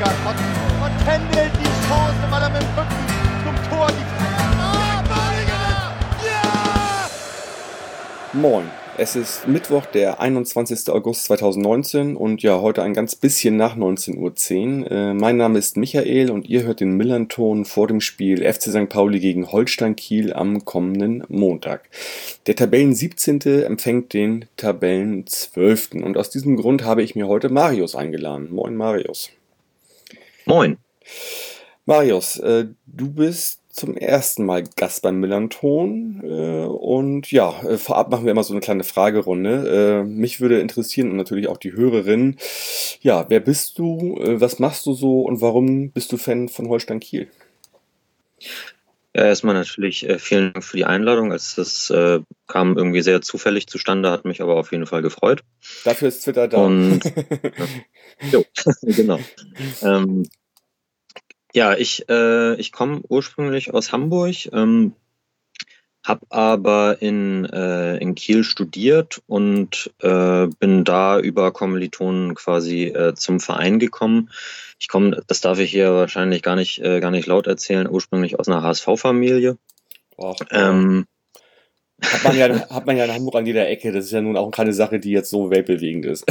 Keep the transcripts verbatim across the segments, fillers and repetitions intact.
Torjäger und, und tändelt die Chance, weil er mit dem Rücken zum Tor die Ah, Badiger! Ja! Moin, es ist Mittwoch, der einundzwanzigster August zweitausendneunzehn und ja, heute ein ganz bisschen nach neunzehn Uhr zehn. Äh, mein Name ist Michael und ihr hört den Millern-Ton vor dem Spiel F C Sankt Pauli gegen Holstein Kiel am kommenden Montag. Der Tabellen siebzehnte empfängt den Tabellen zwölften und aus diesem Grund habe ich mir heute Marius eingeladen. Moin Marius. Moin. Marius, äh, du bist zum ersten Mal Gast beim Millern-Ton äh, und ja, äh, vorab machen wir immer so eine kleine Fragerunde. Äh, mich würde interessieren und natürlich auch die Hörerin, ja, wer bist du, äh, was machst du so und warum bist du Fan von Holstein Kiel? Ja, erstmal natürlich äh, vielen Dank für die Einladung. Es das, äh, kam irgendwie sehr zufällig zustande, hat mich aber auf jeden Fall gefreut. Dafür ist Twitter da. Und jo, genau. Ähm, ja, ich, äh, ich komme ursprünglich aus Hamburg, ähm, habe aber in, äh, in Kiel studiert und äh, bin da über Kommilitonen quasi äh, zum Verein gekommen. Ich komme, das darf ich hier wahrscheinlich gar nicht, äh, gar nicht laut erzählen, ursprünglich aus einer H S V-Familie. Och, Ähm, hat, man ja, hat man ja in Hamburg an jeder Ecke, das ist ja nun auch keine Sache, die jetzt so weltbewegend ist.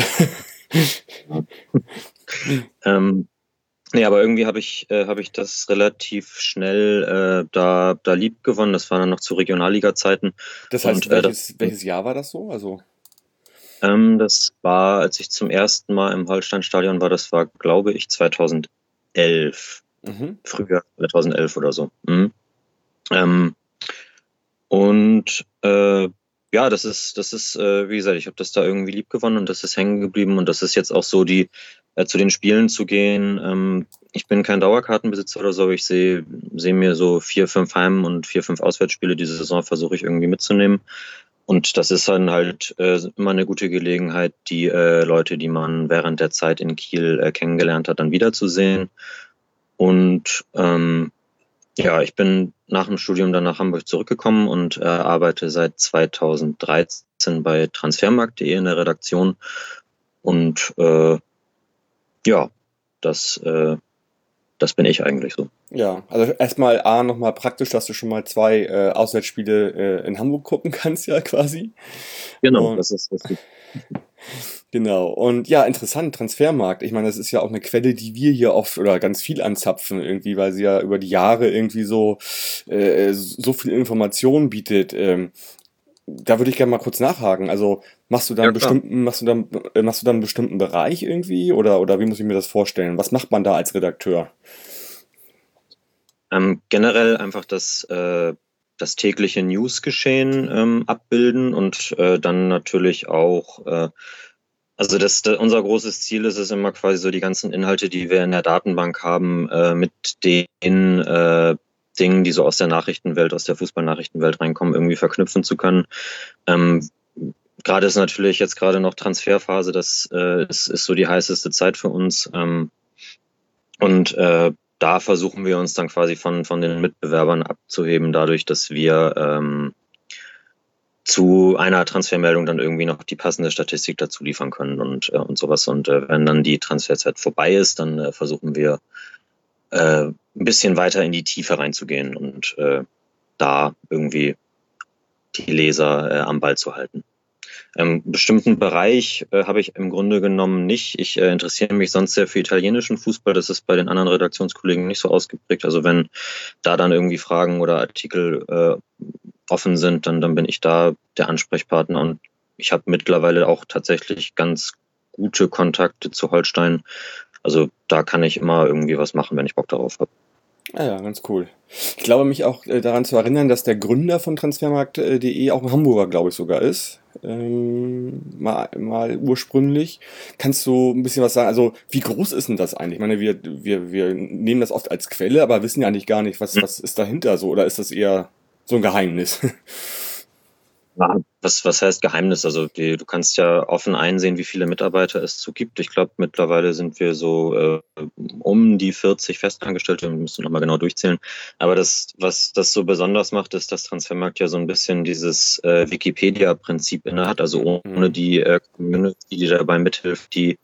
ähm, nee, aber irgendwie habe ich, äh, hab ich das relativ schnell äh, da, da lieb gewonnen. Das war dann noch zu Regionalliga-Zeiten. Das heißt, Und, äh, welches, das, welches Jahr war das so? Also ähm, das war, als ich zum ersten Mal im Holsteinstadion war, das war, glaube ich, zweitausendelf. mhm. Frühjahr zweitausendelf oder so. Mhm. Ähm, und äh, ja, das ist, das ist, äh, wie gesagt, ich habe das da irgendwie lieb gewonnen und das ist hängen geblieben und das ist jetzt auch so, die äh, zu den Spielen zu gehen. Ähm, ich bin kein Dauerkartenbesitzer oder so, aber ich sehe sehe mir so vier, fünf Heim- und vier, fünf Auswärtsspiele diese Saison versuche ich irgendwie mitzunehmen. Und das ist dann halt äh, immer eine gute Gelegenheit, die äh, Leute, die man während der Zeit in Kiel äh, kennengelernt hat, dann wiederzusehen. Und ähm, ja, ich bin nach dem Studium dann nach Hamburg zurückgekommen und äh, arbeite seit zweitausenddreizehn bei transfermarkt punkt de in der Redaktion. Und äh, ja, das, äh, das bin ich eigentlich so. Ja, also erstmal A, nochmal praktisch, dass du schon mal zwei äh, Auswärtsspiele äh, in Hamburg gucken kannst, ja, quasi. Genau, Und, das ist das. genau. Und ja, interessant, Transfermarkt. Ich meine, das ist ja auch eine Quelle, die wir hier oft oder ganz viel anzapfen, irgendwie, weil sie ja über die Jahre irgendwie so, äh, so viel Information bietet. Ähm, da würde ich gerne mal kurz nachhaken. Also machst du da einen Ja, klar. bestimmten, machst du dann, äh, machst du dann einen bestimmten Bereich irgendwie oder, oder wie muss ich mir das vorstellen? Was macht man da als Redakteur? Ähm, generell einfach das, äh, das tägliche Newsgeschehen ähm, abbilden und äh, dann natürlich auch, äh, also das, das, unser großes Ziel ist es immer quasi so die ganzen Inhalte, die wir in der Datenbank haben, äh, mit den äh, Dingen, die so aus der Nachrichtenwelt, aus der Fußballnachrichtenwelt reinkommen, irgendwie verknüpfen zu können. Ähm, gerade ist natürlich jetzt gerade noch Transferphase, das äh, ist, ist so die heißeste Zeit für uns. Ähm, und äh, da versuchen wir uns dann quasi von, von den Mitbewerbern abzuheben, dadurch, dass wir ähm, zu einer Transfermeldung dann irgendwie noch die passende Statistik dazu liefern können und, äh, und sowas. Und äh, wenn dann die Transferzeit vorbei ist, dann äh, versuchen wir äh, ein bisschen weiter in die Tiefe reinzugehen und äh, da irgendwie die Leser äh, am Ball zu halten. Einen bestimmten Bereich äh, habe ich im Grunde genommen nicht. Ich äh, interessiere mich sonst sehr für italienischen Fußball. Das ist bei den anderen Redaktionskollegen nicht so ausgeprägt. Also wenn da dann irgendwie Fragen oder Artikel äh, offen sind, dann, dann bin ich da der Ansprechpartner. Und ich habe mittlerweile auch tatsächlich ganz gute Kontakte zu Holstein. Also da kann ich immer irgendwie was machen, wenn ich Bock darauf habe. Ah ja, ganz cool. Ich glaube mich auch äh, daran zu erinnern, dass der Gründer von transfermarkt punkt de auch ein Hamburger, glaube ich, sogar ist. Ähm, mal, mal ursprünglich. Kannst du ein bisschen was sagen? Also, wie groß ist denn das eigentlich? Ich meine, wir, wir, wir nehmen das oft als Quelle, aber wissen ja eigentlich gar nicht, was, was ist dahinter so, oder ist das eher so ein Geheimnis? Ja, was, was heißt Geheimnis? Also die, du kannst ja offen einsehen, wie viele Mitarbeiter es so gibt. Ich glaube, mittlerweile sind wir so äh, um die vierzig Festangestellte, wir müssen nochmal genau durchzählen. Aber das, was das so besonders macht, ist, dass Transfermarkt ja so ein bisschen dieses äh, Wikipedia-Prinzip inne hat. Also ohne Mhm. die äh, Community, die dabei mithilft, die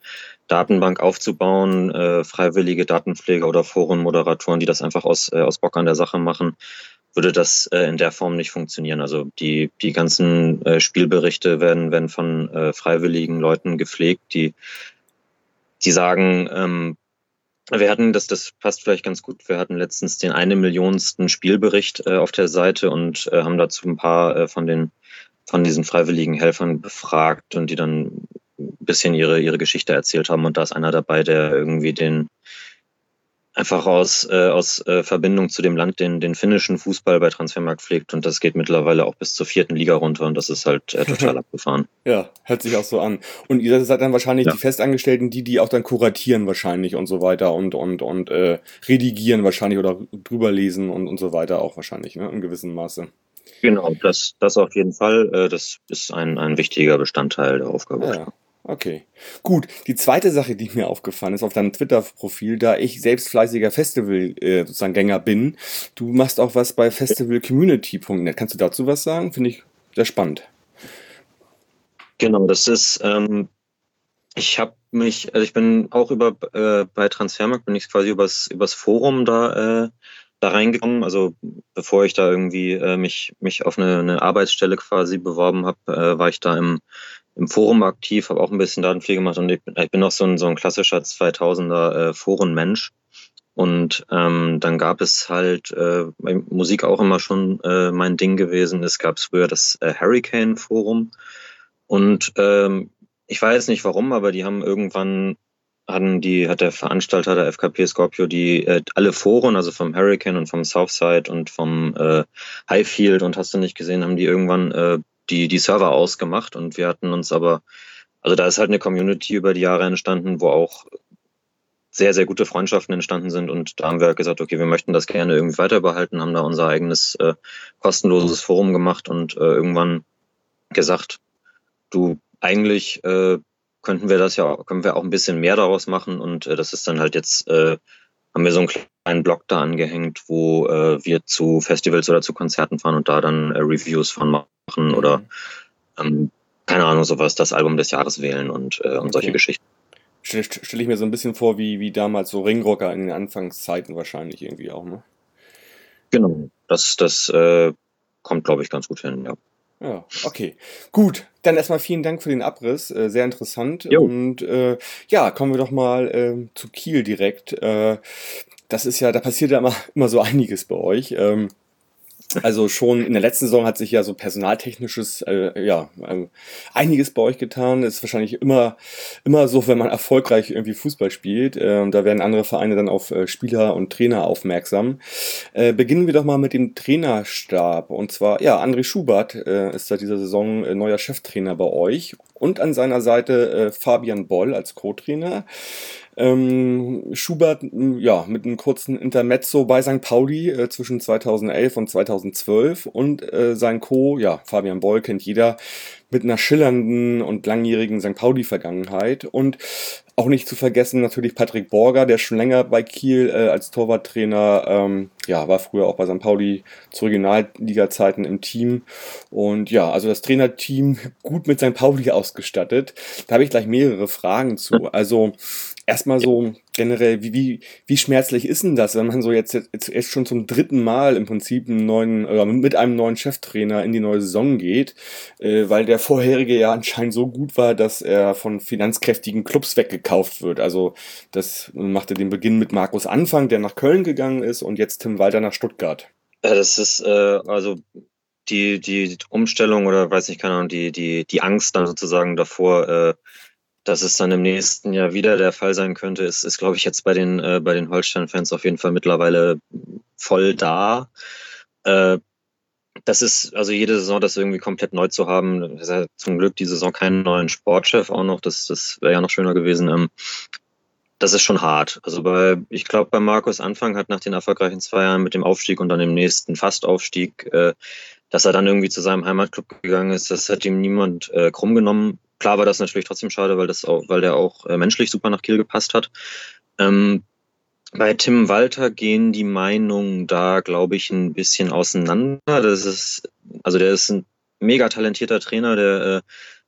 Datenbank aufzubauen, äh, freiwillige Datenpfleger oder Forenmoderatoren, die das einfach aus, äh, aus Bock an der Sache machen, würde das äh, in der Form nicht funktionieren. Also die, die ganzen äh, Spielberichte werden, werden von äh, freiwilligen Leuten gepflegt, die, die sagen, ähm, wir hatten, das, das passt vielleicht ganz gut, wir hatten letztens den eine Millionsten Spielbericht äh, auf der Seite und äh, haben dazu ein paar äh, von den von diesen freiwilligen Helfern befragt und die dann ein bisschen ihre, ihre Geschichte erzählt haben. Und da ist einer dabei, der irgendwie den einfach aus, äh, aus äh, Verbindung zu dem Land den, den finnischen Fußball bei Transfermarkt pflegt. Und das geht mittlerweile auch bis zur vierten Liga runter und das ist halt äh, total abgefahren. Ja, hört sich auch so an. Und ihr seid dann wahrscheinlich Ja. die Festangestellten, die die auch dann kuratieren wahrscheinlich und so weiter und und und äh, redigieren wahrscheinlich oder drüber lesen und und so weiter auch wahrscheinlich, ne, in gewissem Maße. Genau, das, das auf jeden Fall. Äh, das ist ein, ein wichtiger Bestandteil der Aufgabe. Ja, okay. Gut, die zweite Sache, die mir aufgefallen ist auf deinem Twitter-Profil, da ich selbst fleißiger Festival äh, sozusagen Gänger bin, du machst auch was bei festival community punkt net. Kannst du dazu was sagen? Finde ich sehr spannend. Genau, das ist, ähm, ich habe mich, also ich bin auch über äh, bei Transfermarkt bin ich quasi übers, übers Forum da, äh, da reingekommen. Also bevor ich da irgendwie äh, mich, mich auf eine, eine Arbeitsstelle quasi beworben habe, äh, war ich da im, im Forum aktiv, habe auch ein bisschen Datenpflege gemacht und ich, ich bin auch so ein, so ein klassischer zweitausender äh, Forenmensch. Und ähm, dann gab es halt äh, Musik auch immer schon äh, mein Ding gewesen. Es gab früher das äh, Hurricane-Forum. Und ähm, ich weiß nicht warum, aber die haben irgendwann, hatten die, hat der Veranstalter der F K P Scorpio die äh, alle Foren, also vom Hurricane und vom Southside und vom äh, Highfield und hast du nicht gesehen, haben die irgendwann äh, die, die Server ausgemacht und wir hatten uns aber, also da ist halt eine Community über die Jahre entstanden, wo auch sehr, sehr gute Freundschaften entstanden sind und da haben wir halt gesagt, okay, wir möchten das gerne irgendwie weiter behalten, haben da unser eigenes äh, kostenloses Forum gemacht und äh, irgendwann gesagt, du, eigentlich äh, könnten wir das ja, können wir auch ein bisschen mehr daraus machen und äh, das ist dann halt jetzt, äh, haben wir so einen kleinen Blog da angehängt, wo äh, wir zu Festivals oder zu Konzerten fahren und da dann äh, Reviews von machen oder ähm, keine Ahnung, sowas, das Album des Jahres wählen und, äh, und Okay. solche Geschichten. Stelle stell ich mir so ein bisschen vor, wie, wie damals so Ringrocker in den Anfangszeiten wahrscheinlich irgendwie auch, ne? Genau, das, das äh, kommt, glaube ich, ganz gut hin, ja. Ja, okay. Gut, dann erstmal vielen Dank für den Abriss, äh, sehr interessant. Jo. Und äh, ja, kommen wir doch mal ähm, zu Kiel direkt. Äh, das ist ja, da passiert ja immer, immer so einiges bei euch. Ähm, also schon in der letzten Saison hat sich ja so personaltechnisches, äh, ja, ähm, einiges bei euch getan. Ist wahrscheinlich immer, immer so, wenn man erfolgreich irgendwie Fußball spielt. Ähm, da werden andere Vereine dann auf äh, Spieler und Trainer aufmerksam. Äh, beginnen wir doch mal mit dem Trainerstab. Und zwar, ja, André Schubert äh, ist seit dieser Saison äh, neuer Cheftrainer bei euch. Und an seiner Seite äh, Fabian Boll als Co-Trainer. Ähm, Schubert, m, ja, mit einem kurzen Intermezzo bei Sankt Pauli äh, zwischen zweitausendelf und zweitausendzwölf und äh, sein Co., ja, Fabian Boll kennt jeder, mit einer schillernden und langjährigen Sankt Pauli-Vergangenheit und auch nicht zu vergessen natürlich Patrick Borger, der schon länger bei Kiel äh, als Torwarttrainer, ähm, ja, war früher auch bei Sankt Pauli zu Regionalliga-Zeiten im Team und ja, also das Trainerteam gut mit Sankt Pauli ausgestattet. Da habe ich gleich mehrere Fragen zu. Also erstmal so generell, wie, wie, wie schmerzlich ist denn das, wenn man so jetzt, jetzt, jetzt schon zum dritten Mal im Prinzip einen neuen, oder mit einem neuen Cheftrainer in die neue Saison geht, äh, weil der vorherige ja anscheinend so gut war, dass er von finanzkräftigen Clubs weggekauft wird. Also das machte den Beginn mit Markus Anfang, der nach Köln gegangen ist, und jetzt Tim Walter nach Stuttgart. Ja, das ist äh, also die, die Umstellung oder weiß nicht, keine Ahnung, die, die, die Angst dann sozusagen davor, äh, dass es dann im nächsten Jahr wieder der Fall sein könnte, ist, ist glaube ich, jetzt bei den, äh, bei den Holstein-Fans auf jeden Fall mittlerweile voll da. Äh, das ist, also jede Saison das irgendwie komplett neu zu haben, das ist ja zum Glück die Saison keinen neuen Sportchef auch noch, das, das wäre ja noch schöner gewesen. Ähm, das ist schon hart. Also bei, ich glaube, bei Markus Anfang hat nach den erfolgreichen zwei Jahren mit dem Aufstieg und dann dem nächsten Fastaufstieg, äh, dass er dann irgendwie zu seinem Heimatclub gegangen ist, das hat ihm niemand äh, krumm genommen. Klar war das natürlich trotzdem schade, weil das auch, weil der auch äh, menschlich super nach Kiel gepasst hat. Ähm, bei Tim Walter gehen die Meinungen da, glaube ich, ein bisschen auseinander. Das ist, also der ist ein mega talentierter Trainer, der äh,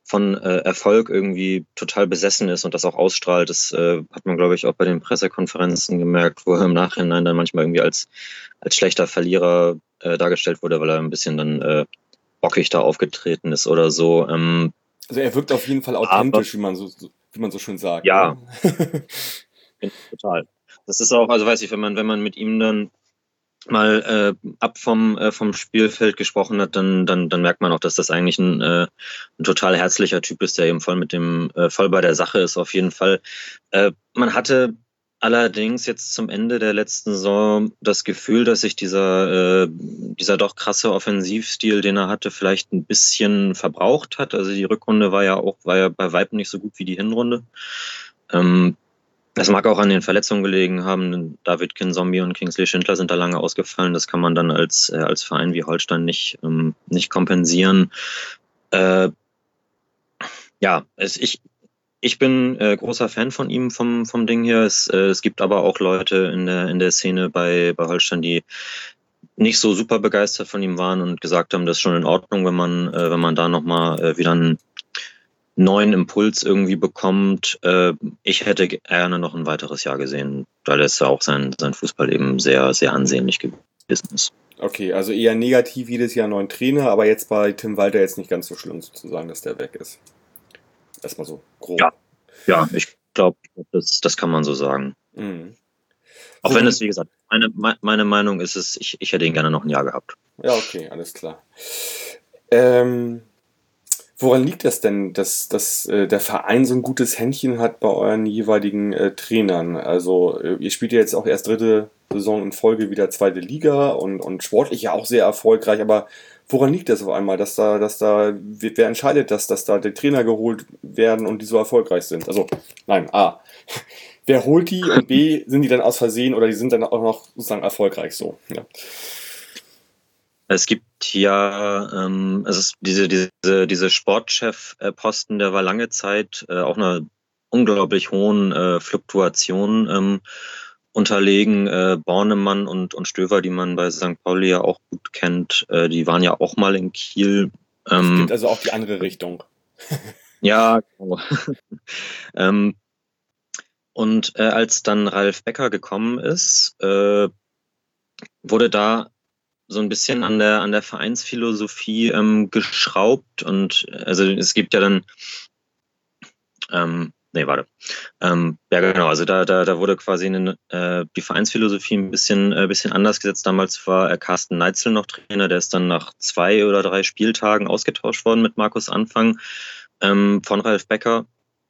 von äh, Erfolg irgendwie total besessen ist und das auch ausstrahlt. Das äh, hat man, glaube ich, auch bei den Pressekonferenzen gemerkt, wo er im Nachhinein dann manchmal irgendwie als, als schlechter Verlierer äh, dargestellt wurde, weil er ein bisschen dann äh, bockig da aufgetreten ist oder so. Ähm, Also er wirkt auf jeden Fall authentisch, wie man so, wie man so schön sagt. Ja, ne? total. Das ist auch, also weiß ich, wenn man, wenn man mit ihm dann mal äh, ab vom, äh, vom Spielfeld gesprochen hat, dann, dann, dann merkt man auch, dass das eigentlich ein, äh, ein total herzlicher Typ ist, der eben voll mit dem, äh, voll bei der Sache ist, auf jeden Fall. Äh, man hatte allerdings jetzt zum Ende der letzten Saison das Gefühl, dass sich dieser, äh, dieser doch krasse Offensivstil, den er hatte, vielleicht ein bisschen verbraucht hat. Also die Rückrunde war ja auch, war ja bei Weitem nicht so gut wie die Hinrunde. Ähm, Das mag auch an den Verletzungen gelegen haben. David Kinzombie und Kingsley Schindler sind da lange ausgefallen. Das kann man dann als, äh, als Verein wie Holstein nicht, ähm, nicht kompensieren. Äh, ja, es, ich, ich bin äh, großer Fan von ihm, vom, vom Ding hier. Es, äh, es gibt aber auch Leute in der, in der Szene bei, bei Holstein, die nicht so super begeistert von ihm waren und gesagt haben, das ist schon in Ordnung, wenn man, äh, wenn man da nochmal äh, wieder einen neuen Impuls irgendwie bekommt. Äh, ich hätte gerne noch ein weiteres Jahr gesehen, weil es ja auch sein, sein Fußball eben sehr, sehr ansehnlich gewesen ist. Okay, also eher negativ jedes Jahr neuen Trainer, aber jetzt bei Tim Walter jetzt nicht ganz so schlimm sozusagen, dass der weg ist. Erstmal so grob. Ja, ja ich glaube, das, das kann man so sagen. Mhm. Auch wenn es, wie gesagt, meine, meine Meinung ist es, ich, ich hätte ihn gerne noch ein Jahr gehabt. Ja, okay, alles klar. Ähm, woran liegt das denn, dass, dass äh, der Verein so ein gutes Händchen hat bei euren jeweiligen äh, Trainern? Also äh, ihr spielt ja jetzt auch erst dritte Saison in Folge wieder zweite Liga und, und sportlich ja auch sehr erfolgreich, aber woran liegt das auf einmal, dass da, dass da, wer entscheidet das, dass da die Trainer geholt werden und die so erfolgreich sind? Also, nein, A, wer holt die und B, sind die dann aus Versehen oder die sind dann auch noch sozusagen erfolgreich so? Ja. Es gibt ja, ähm, es ist diese, diese, diese Sportchef-Posten, der war lange Zeit äh, auch einer unglaublich hohen äh, Fluktuation ähm, unterlegen. Äh, Bornemann und, und Stöver, die man bei Sankt Pauli ja auch gut kennt, äh, die waren ja auch mal in Kiel. Ähm, es gibt also auch die andere Richtung. Ja, genau. ähm, und äh, als dann Ralf Becker gekommen ist, äh, wurde da so ein bisschen an der an der Vereinsphilosophie ähm, geschraubt und also es gibt ja dann ähm, nee, warte. Ähm, ja, genau, also da, da, da wurde quasi eine, äh, die Vereinsphilosophie ein bisschen, äh, bisschen anders gesetzt. Damals war äh, Carsten Neitzel noch Trainer, der ist dann nach zwei oder drei Spieltagen ausgetauscht worden mit Markus Anfang ähm, von Ralf Becker.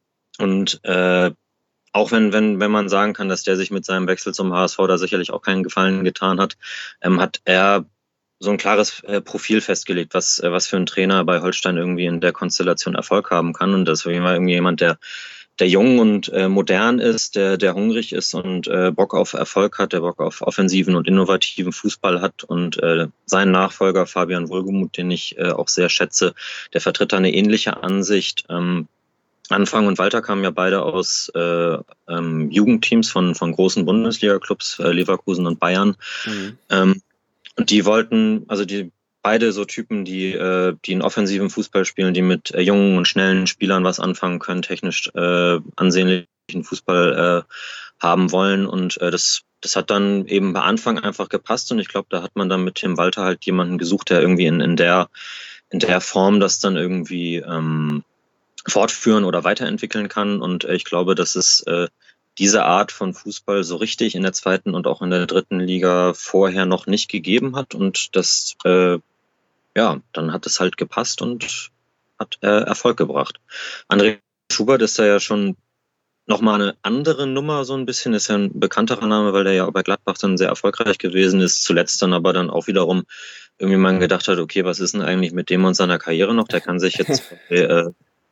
Und äh, auch wenn, wenn, wenn man sagen kann, dass der sich mit seinem Wechsel zum H S V da sicherlich auch keinen Gefallen getan hat, ähm, hat er so ein klares äh, Profil festgelegt, was, äh, was für ein Trainer bei Holstein irgendwie in der Konstellation Erfolg haben kann. Und das war irgendwie jemand, der, der jung und äh, modern ist, der, der hungrig ist und äh, Bock auf Erfolg hat, der Bock auf offensiven und innovativen Fußball hat. Und äh, sein Nachfolger Fabian Wohlgemuth, den ich äh, auch sehr schätze, der vertritt da eine ähnliche Ansicht. Ähm, Anfang und Walter kamen ja beide aus äh, ähm, Jugendteams von, von großen Bundesliga-Clubs, äh, Leverkusen und Bayern. Mhm. Ähm, und die wollten, also die beide so Typen, die, äh, die einen offensiven Fußball spielen, die mit äh, jungen und schnellen Spielern was anfangen können, technisch äh, ansehnlichen Fußball äh, haben wollen. Und äh, das, das hat dann eben bei Anfang einfach gepasst. Und ich glaube, da hat man dann mit Tim Walter halt jemanden gesucht, der irgendwie in, in, der, in der Form das dann irgendwie ähm, fortführen oder weiterentwickeln kann. Und äh, ich glaube, dass es äh, diese Art von Fußball so richtig in der zweiten und auch in der dritten Liga vorher noch nicht gegeben hat. Und das, äh, ja, dann hat es halt gepasst und hat äh, Erfolg gebracht. André Schubert ist da ja schon nochmal eine andere Nummer so ein bisschen, ist ja ein bekannterer Name, weil der ja bei Gladbach dann sehr erfolgreich gewesen ist, zuletzt dann aber dann auch wiederum irgendwie man gedacht hat, okay, was ist denn eigentlich mit dem und seiner Karriere noch? Der kann sich jetzt äh,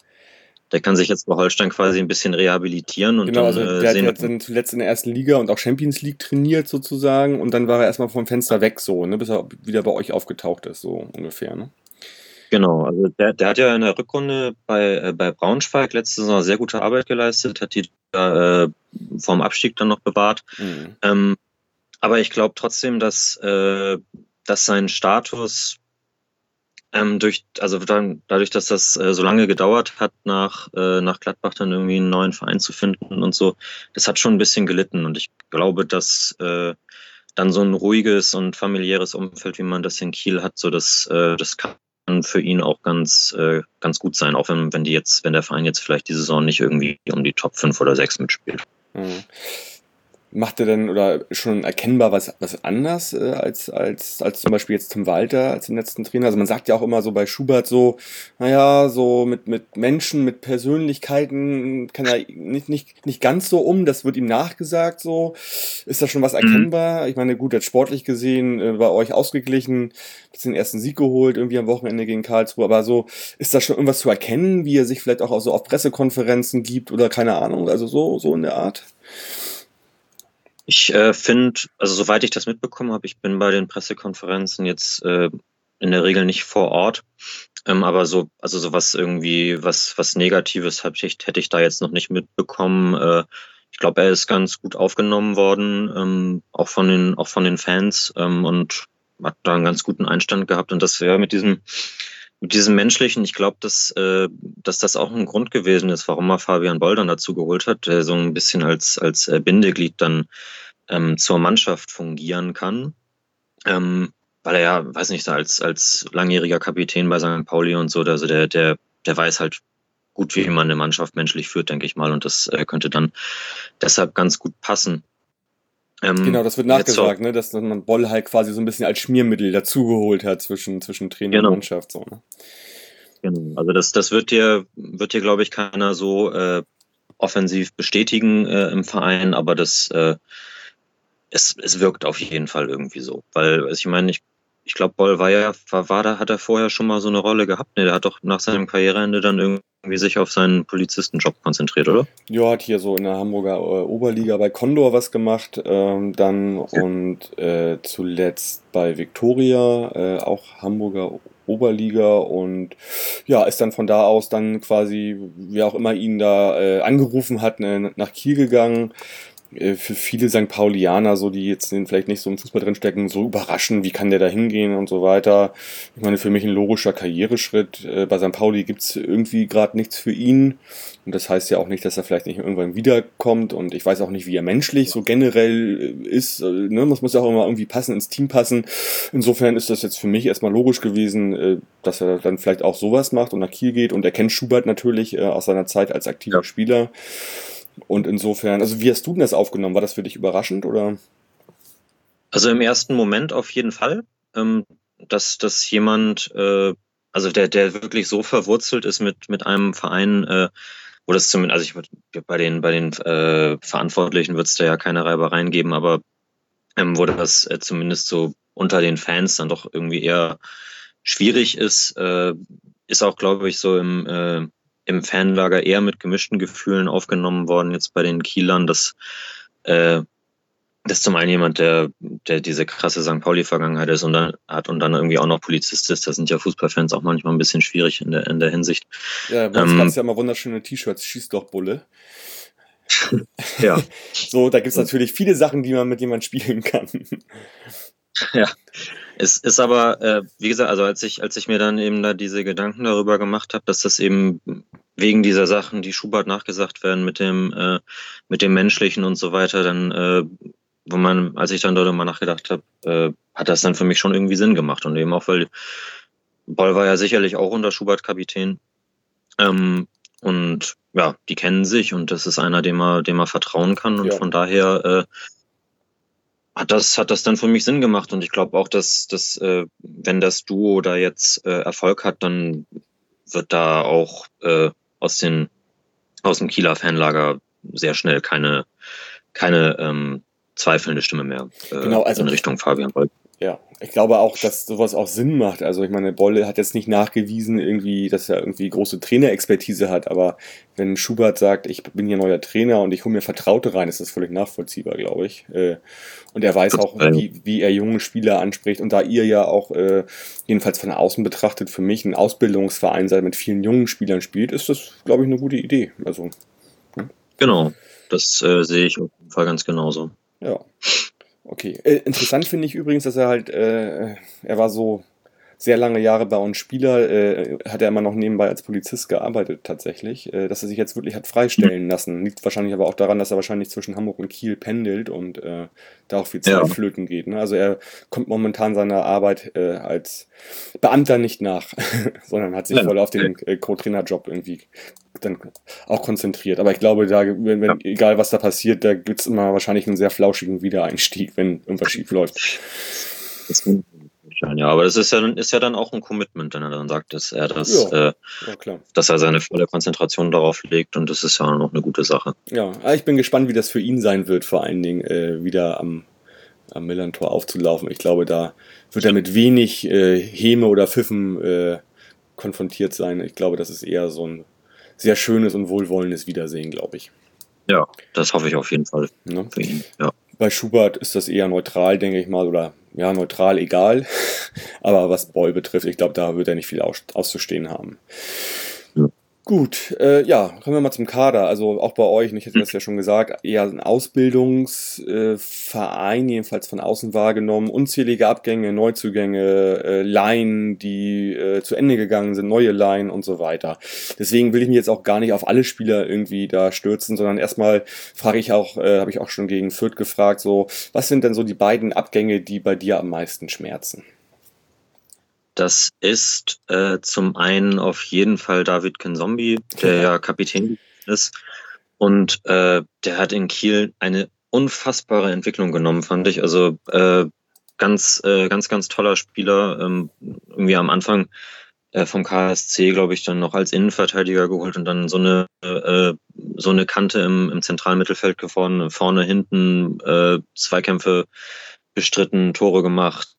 Der kann sich jetzt bei Holstein quasi ein bisschen rehabilitieren. Und genau, dann, also äh, der sehen hat dann zuletzt in der ersten Liga und auch Champions League trainiert sozusagen und dann war er erstmal vom Fenster weg so, ne, bis er wieder bei euch aufgetaucht ist, so ungefähr, ne? Genau, also der, der hat ja in der Rückrunde bei, äh, bei Braunschweig letzte Saison sehr gute Arbeit geleistet, hat die äh, vom Abstieg dann noch bewahrt. Mhm. Ähm, aber ich glaube trotzdem, dass, äh, dass sein Status Ähm, durch, also dann, dadurch, dass das äh, so lange gedauert hat, nach, äh, nach Gladbach dann irgendwie einen neuen Verein zu finden und so, das hat schon ein bisschen gelitten. Und ich glaube, dass äh, dann so ein ruhiges und familiäres Umfeld, wie man das in Kiel hat, so das, äh, das kann für ihn auch ganz, äh, ganz gut sein, auch wenn, wenn die jetzt, wenn der Verein jetzt vielleicht die Saison nicht irgendwie um die Top fünf oder sechs mitspielt. Mhm. Macht er denn oder schon erkennbar was, was anders äh, als, als, als zum Beispiel jetzt Tim Walter als den letzten Trainer? Also man sagt ja auch immer so bei Schubert so, naja, so mit, mit Menschen, mit Persönlichkeiten kann er nicht, nicht, nicht ganz so um, das wird ihm nachgesagt so. Ist da schon was erkennbar? Ich meine, gut, jetzt sportlich gesehen äh, bei euch ausgeglichen, jetzt den ersten Sieg geholt, irgendwie am Wochenende gegen Karlsruhe, aber so, ist da schon irgendwas zu erkennen, wie er sich vielleicht auch so auf Pressekonferenzen gibt oder keine Ahnung, also so, so in der Art? Ich äh, finde, also soweit ich das mitbekommen habe, ich bin bei den Pressekonferenzen jetzt äh, in der Regel nicht vor Ort, ähm, aber so, also sowas irgendwie, was was Negatives hab ich, hätte ich da jetzt noch nicht mitbekommen. Äh, ich glaube, er ist ganz gut aufgenommen worden, ähm, auch von den auch von den Fans ähm, und hat da einen ganz guten Einstand gehabt und das wäre mit diesem mit diesem menschlichen, ich glaube, dass, äh, dass das auch ein Grund gewesen ist, warum er Fabian Boll dann dazu geholt hat, der so ein bisschen als, als äh, Bindeglied dann ähm, zur Mannschaft fungieren kann. Ähm, weil er ja, weiß nicht, als, als langjähriger Kapitän bei Sankt Pauli und so, also der, der, der weiß halt gut, wie man eine Mannschaft menschlich führt, denke ich mal. Und das äh, könnte dann deshalb ganz gut passen. Ähm, Genau, das wird jetzt nachgesagt, auch, ne, dass man Boll halt quasi so ein bisschen als Schmiermittel dazugeholt hat zwischen, zwischen Trainer und genau. Mannschaft. So, ne? Genau. Also das, das wird dir, wird dir, glaube ich, keiner so äh, offensiv bestätigen äh, im Verein, aber das äh, es, es wirkt auf jeden Fall irgendwie so. Weil, also ich meine, ich, ich glaube, Boll war ja, war, war da, hat er vorher schon mal so eine Rolle gehabt. Ne, der hat doch nach seinem Karriereende dann irgendwie sich auf seinen Polizistenjob konzentriert, oder? Ja, hat hier so in der Hamburger äh, Oberliga bei Condor was gemacht, ähm, dann und äh, zuletzt bei Viktoria, äh, auch Hamburger Oberliga und ja, ist dann von da aus dann quasi, wie auch immer ihn da äh, angerufen hat, ne, nach Kiel gegangen. Äh, Für viele Sankt Paulianer, so die jetzt vielleicht nicht so im Fußball drinstecken, so überraschend, wie kann der da hingehen und so weiter. Ich meine, für mich ein logischer Karriereschritt. Äh, Bei Sankt Pauli gibt's irgendwie gerade nichts für ihn. Und das heißt ja auch nicht, dass er vielleicht nicht irgendwann wiederkommt. Und ich weiß auch nicht, wie er menschlich so generell äh, ist. Äh, Ne? Das muss ja auch immer irgendwie passen, ins Team passen. Insofern ist das jetzt für mich erstmal logisch gewesen, äh, dass er dann vielleicht auch sowas macht und nach Kiel geht. Und er kennt Schubert natürlich äh, aus seiner Zeit als aktiver Ja. Spieler. Und insofern, also wie hast du denn das aufgenommen? War das für dich überraschend oder? Also im ersten Moment auf jeden Fall, ähm, dass, dass jemand, äh, also der, der wirklich so verwurzelt ist mit, mit einem Verein, äh, wo das zumindest, also ich würd, bei den, bei den äh, Verantwortlichen wird es da ja keine Reibereien geben, aber ähm, wo das äh, zumindest so unter den Fans dann doch irgendwie eher schwierig ist, äh, ist auch, glaube ich, so im, äh, im Fanlager eher mit gemischten Gefühlen aufgenommen worden, jetzt bei den Kielern, dass äh, das ist zum einen jemand, der, der diese krasse Sankt Pauli-Vergangenheit ist und dann hat und dann irgendwie auch noch Polizist ist. Das sind ja Fußballfans auch manchmal ein bisschen schwierig in der, in der Hinsicht. Ja, bei uns Ähm, gab es ja immer wunderschöne T-Shirts, schieß doch Bulle. ja, So, da gibt's natürlich viele Sachen, die man mit jemandem spielen kann. ja. Es ist aber, äh, wie gesagt, also als ich, als ich mir dann eben da diese Gedanken darüber gemacht habe, dass das eben wegen dieser Sachen, die Schubert nachgesagt werden, mit dem, äh, mit dem Menschlichen und so weiter, dann, äh, wo man, als ich dann darüber mal nachgedacht habe, äh, hat das dann für mich schon irgendwie Sinn gemacht. Und eben auch, weil Boll war ja sicherlich auch unter Schubert Kapitän. Ähm, und ja, die kennen sich und das ist einer, dem man, dem man vertrauen kann. Und Ja. von daher äh, hat das, hat das dann für mich Sinn gemacht. Und ich glaube auch, dass, dass äh, wenn das Duo da jetzt äh, Erfolg hat, dann wird da auch äh, aus, den, aus dem Kieler Fanlager sehr schnell keine, keine ähm, zweifelnde Stimme mehr äh, Genau, also- in Richtung Fabian Boll. Ja, ich glaube auch, dass sowas auch Sinn macht. Also ich meine, Bolle hat jetzt nicht nachgewiesen, irgendwie, dass er irgendwie große Trainerexpertise hat, aber wenn Schubert sagt, ich bin hier neuer Trainer und ich hole mir Vertraute rein, ist das völlig nachvollziehbar, glaube ich. Äh, Und er weiß auch, wie, wie er junge Spieler anspricht. Und da ihr ja auch, äh, jedenfalls von außen betrachtet, für mich ein Ausbildungsverein seid, mit vielen jungen Spielern spielt, ist das, glaube ich, eine gute Idee. Also, Genau, das äh, sehe ich auf jeden Fall ganz genauso. ja. Okay. Äh, interessant finde ich übrigens, dass er halt, äh, er war so sehr lange Jahre bei uns Spieler, äh, hat er immer noch nebenbei als Polizist gearbeitet tatsächlich, äh, dass er sich jetzt wirklich hat freistellen lassen. Liegt wahrscheinlich aber auch daran, dass er wahrscheinlich zwischen Hamburg und Kiel pendelt und äh, da auch viel Zeit Ja. flöten geht. Ne? Also er kommt momentan seiner Arbeit äh, als Beamter nicht nach, sondern hat sich Ja. voll auf den äh, Co-Trainer-Job irgendwie dann auch konzentriert. Aber ich glaube, da, wenn, wenn, egal was da passiert, da gibt es immer wahrscheinlich einen sehr flauschigen Wiedereinstieg, wenn irgendwas schief läuft. Das kann sein, ja, aber das ist ja, dann- ist ja dann auch ein Commitment, wenn er dann sagt, dass er das, Ja. äh, Ja, klar. dass er seine volle Konzentration darauf legt, und das ist ja noch eine gute Sache. Ja, aber ich bin gespannt, wie das für ihn sein wird, vor allen Dingen äh, wieder am, am Millern-Tor aufzulaufen. Ich glaube, da wird er mit wenig äh, Häme oder Pfiffen äh, konfrontiert sein. Ich glaube, das ist eher so ein sehr schönes und wohlwollendes Wiedersehen, glaube ich. Ja, das hoffe ich auf jeden Fall Ne? für ihn. Ja. Bei Schubert ist das eher neutral, denke ich mal, oder ja, neutral egal. Aber was Boll betrifft, ich glaube, da wird er nicht viel aus, auszustehen haben. Ja. Gut, äh, ja, kommen wir mal zum Kader. Also auch bei euch, und ich hatte das ja schon gesagt, eher ein Ausbildungsverein, jedenfalls von außen wahrgenommen. Unzählige Abgänge, Neuzugänge, äh, Laien, die äh, zu Ende gegangen sind, neue Laien und so weiter. Deswegen will ich mich jetzt auch gar nicht auf alle Spieler irgendwie da stürzen, sondern erstmal frage ich auch, äh, habe ich auch schon gegen Fürth gefragt, so, was sind denn so die beiden Abgänge, die bei dir am meisten schmerzen? Das ist äh, zum einen auf jeden Fall David Kinzombie, der Ja. ja Kapitän ist. Und äh, der hat in Kiel eine unfassbare Entwicklung genommen, fand ich. Also äh, ganz, äh, ganz, ganz toller Spieler. Ähm, irgendwie am Anfang äh, vom K S C, glaube ich, dann noch als Innenverteidiger geholt und dann so eine, äh, so eine Kante im, im zentralen Mittelfeld geworden. Vorne, hinten äh, Zweikämpfe bestritten, Tore gemacht.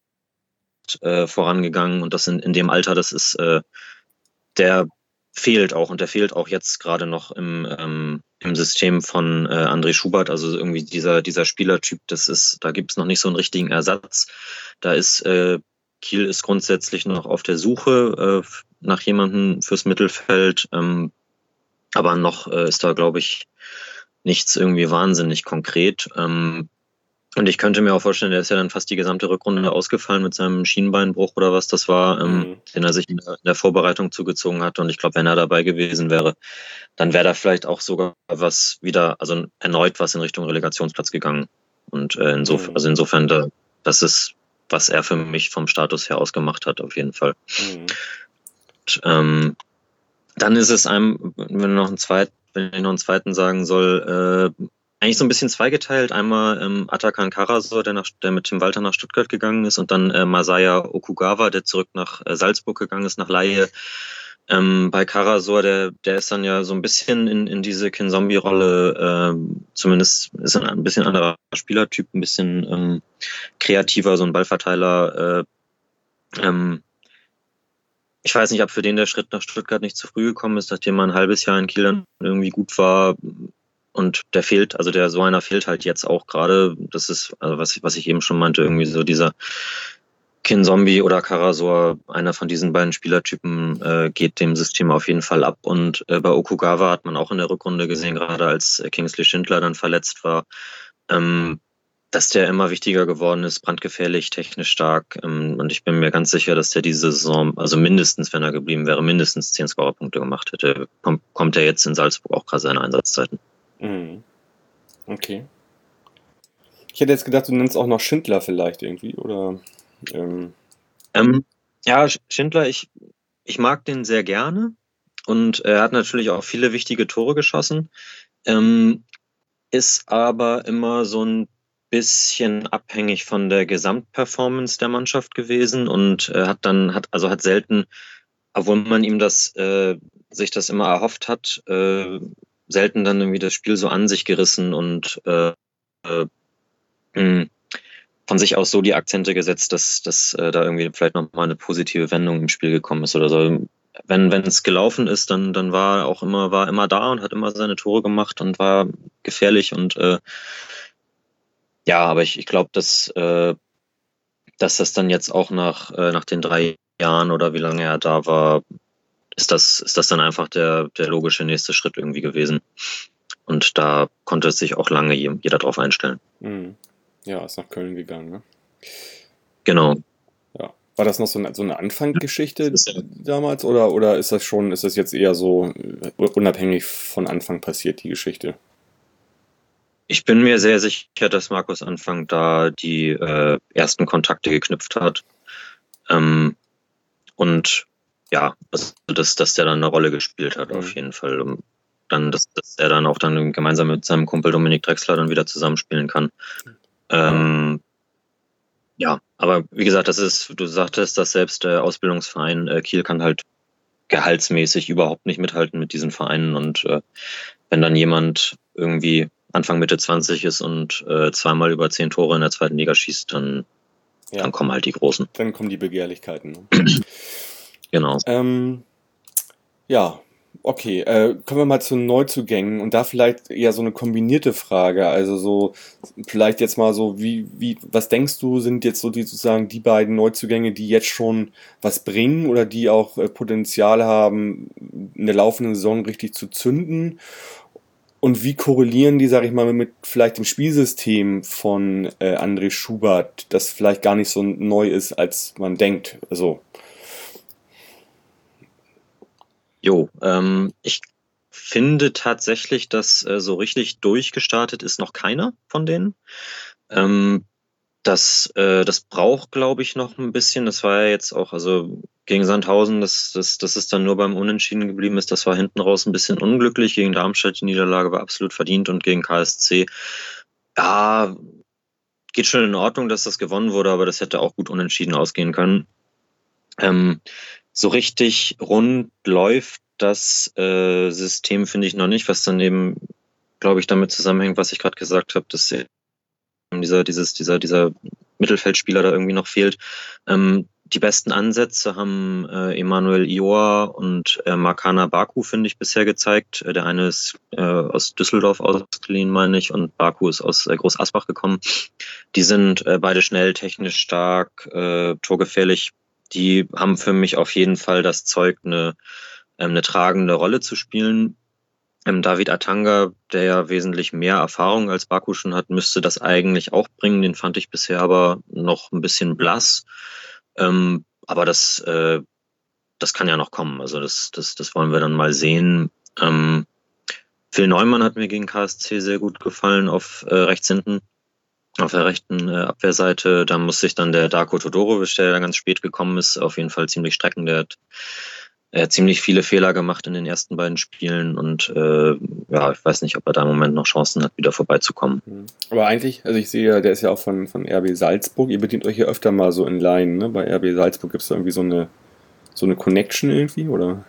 Äh, vorangegangen, und das in, in dem Alter, das ist, äh, der fehlt auch, und der fehlt auch jetzt gerade noch im, ähm, im System von äh, André Schubert, also irgendwie dieser, dieser Spielertyp, das ist, da gibt es noch nicht so einen richtigen Ersatz. Da ist, äh, Kiel ist grundsätzlich noch auf der Suche äh, nach jemandem fürs Mittelfeld, ähm, aber noch äh, ist da, glaube ich, nichts irgendwie wahnsinnig konkret. Ähm, Und ich könnte mir auch vorstellen, der ist ja dann fast die gesamte Rückrunde ausgefallen mit seinem Schienbeinbruch oder was das war, ähm, Mhm. den er sich in der, in der Vorbereitung zugezogen hatte. Und ich glaube, wenn er dabei gewesen wäre, dann wäre da vielleicht auch sogar was wieder, also erneut was in Richtung Relegationsplatz gegangen. Und äh, insofern, Mhm. also insofern, da, das ist, was er für mich vom Status her ausgemacht hat, auf jeden Fall. Mhm. Und, ähm, dann ist es einem, wenn noch ein zweit, wenn ich noch einen zweiten sagen soll, äh, eigentlich so ein bisschen zweigeteilt. Einmal ähm, Atakan Karasor, der, nach, der mit Tim Walter nach Stuttgart gegangen ist, und dann äh, Masaya Okugawa, der zurück nach äh, Salzburg gegangen ist, nach Leihe. Ähm, bei Karasor, der, der ist dann ja so ein bisschen in, in diese Kinzombie-Rolle, äh, zumindest ist er ein bisschen anderer Spielertyp, ein bisschen ähm, kreativer, so ein Ballverteiler. Äh, ähm, ich weiß nicht, ob für den der Schritt nach Stuttgart nicht zu früh gekommen ist, nachdem man ein halbes Jahr in Kiel dann irgendwie gut war. Und der fehlt, also der so einer fehlt halt jetzt auch gerade. Das ist, also was, was ich eben schon meinte, irgendwie so dieser Kinzombie oder Karasor, einer von diesen beiden Spielertypen, äh, geht dem System auf jeden Fall ab. Und äh, bei Okugawa hat man auch in der Rückrunde gesehen, gerade als äh, Kingsley Schindler dann verletzt war, ähm, dass der immer wichtiger geworden ist, brandgefährlich, technisch stark. Ähm, und ich bin mir ganz sicher, dass der diese Saison, also mindestens, wenn er geblieben wäre, mindestens zehn Scorerpunkte gemacht hätte. Kommt, kommt er jetzt in Salzburg auch gerade seine Einsatzzeiten. Mhm. Okay. Ich hätte jetzt gedacht, du nennst auch noch Schindler vielleicht irgendwie, oder? Ähm, Ähm, ja, Sch- Schindler, ich, ich mag den sehr gerne, und er hat natürlich auch viele wichtige Tore geschossen, ähm, ist aber immer so ein bisschen abhängig von der Gesamtperformance der Mannschaft gewesen, und äh, hat dann, hat, also hat selten, obwohl man ihm das, äh, sich das immer erhofft hat, äh, selten dann irgendwie das Spiel so an sich gerissen und äh, äh, mh, von sich aus so die Akzente gesetzt, dass, dass äh, da irgendwie vielleicht nochmal eine positive Wendung im Spiel gekommen ist oder so. Wenn wenn es gelaufen ist, dann dann war er auch immer war immer da und hat immer seine Tore gemacht und war gefährlich, und äh, ja, aber ich, ich glaube, dass äh, dass das dann jetzt auch nach äh, nach den drei Jahren oder wie lange er da war, ist das ist das dann einfach der der logische nächste Schritt irgendwie gewesen. Und da konnte sich auch lange jeder drauf einstellen. mhm. Ja, ist nach Köln gegangen, ne? Genau. Ja. War das noch so eine, so eine Anfangsgeschichte Das ist ja- damals oder, oder ist das schon, ist das jetzt eher so äh, unabhängig von Anfang passiert, die Geschichte? Ich bin mir sehr sicher, dass Markus Anfang da die äh, ersten Kontakte geknüpft hat. Ähm, und ja, also dass, dass der dann eine Rolle gespielt hat, Mhm. auf jeden Fall. Um dann, dass, dass er dann auch dann gemeinsam mit seinem Kumpel Dominik Drexler dann wieder zusammenspielen kann. Ähm, ja, aber wie gesagt, das ist, du sagtest, dass selbst der Ausbildungsverein äh, Kiel kann halt gehaltsmäßig überhaupt nicht mithalten mit diesen Vereinen. Und äh, wenn dann jemand irgendwie Anfang Mitte zwanzig ist und äh, zweimal über zehn Tore in der zweiten Liga schießt, dann, Ja, dann kommen halt die Großen. dann kommen die Begehrlichkeiten. Ne? Genau. Ähm, ja, okay. Äh, kommen wir mal zu Neuzugängen und da vielleicht eher so eine kombinierte Frage. Also so, vielleicht jetzt mal so, wie, wie, was denkst du, sind jetzt so die sozusagen die beiden Neuzugänge, die jetzt schon was bringen oder die auch äh, Potenzial haben, in der laufenden Saison richtig zu zünden? Und wie korrelieren die, sag ich mal, mit vielleicht dem Spielsystem von äh, André Schubert, das vielleicht gar nicht so neu ist, als man denkt? Also, Jo, ähm, ich finde tatsächlich, dass äh, so richtig durchgestartet ist noch keiner von denen. Ähm, das, äh, das braucht, glaube ich, noch ein bisschen. Das war ja jetzt auch, also gegen Sandhausen, dass das, das ist dann nur beim Unentschieden geblieben ist. Das war hinten raus ein bisschen unglücklich. Gegen Darmstadt die Niederlage war absolut verdient und gegen K S C, ja, geht schon in Ordnung, dass das gewonnen wurde, aber das hätte auch gut unentschieden ausgehen können. Ähm, so richtig rund läuft das äh, System, finde ich noch nicht, was dann eben, glaube ich, damit zusammenhängt, was ich gerade gesagt habe, dass dieser, dieses, dieser, dieser Mittelfeldspieler da irgendwie noch fehlt. Ähm, die besten Ansätze haben äh, Emanuel Ior und äh, Markana Baku, finde ich, bisher gezeigt. Äh, der eine ist äh, aus Düsseldorf ausgeliehen, meine ich, und Baku ist aus äh, Groß Asbach gekommen. Die sind äh, beide schnell, technisch stark, äh, torgefährlich. Die haben für mich auf jeden Fall das Zeug, eine, ähm, eine tragende Rolle zu spielen. Ähm, David Atanga, der ja wesentlich mehr Erfahrung als Baku schon hat, müsste das eigentlich auch bringen. Den fand ich bisher aber noch ein bisschen blass. Ähm, aber das, äh, das kann ja noch kommen. Also das, das, das wollen wir dann mal sehen. Ähm, Phil Neumann hat mir gegen K S C sehr gut gefallen auf äh, rechts hinten, auf der rechten äh, Abwehrseite. Da muss sich dann der Darko Todorovic, der da ganz spät gekommen ist, auf jeden Fall ziemlich strecken. Der hat Er hat ziemlich viele Fehler gemacht in den ersten beiden Spielen und äh, ja, ich weiß nicht, ob er da im Moment noch Chancen hat, wieder vorbeizukommen. aber eigentlich, also ich sehe ja, der ist ja auch von, von R B Salzburg. Ihr bedient euch ja öfter mal so in Laien, ne? Bei R B Salzburg gibt es da irgendwie so eine, so eine Connection irgendwie, oder?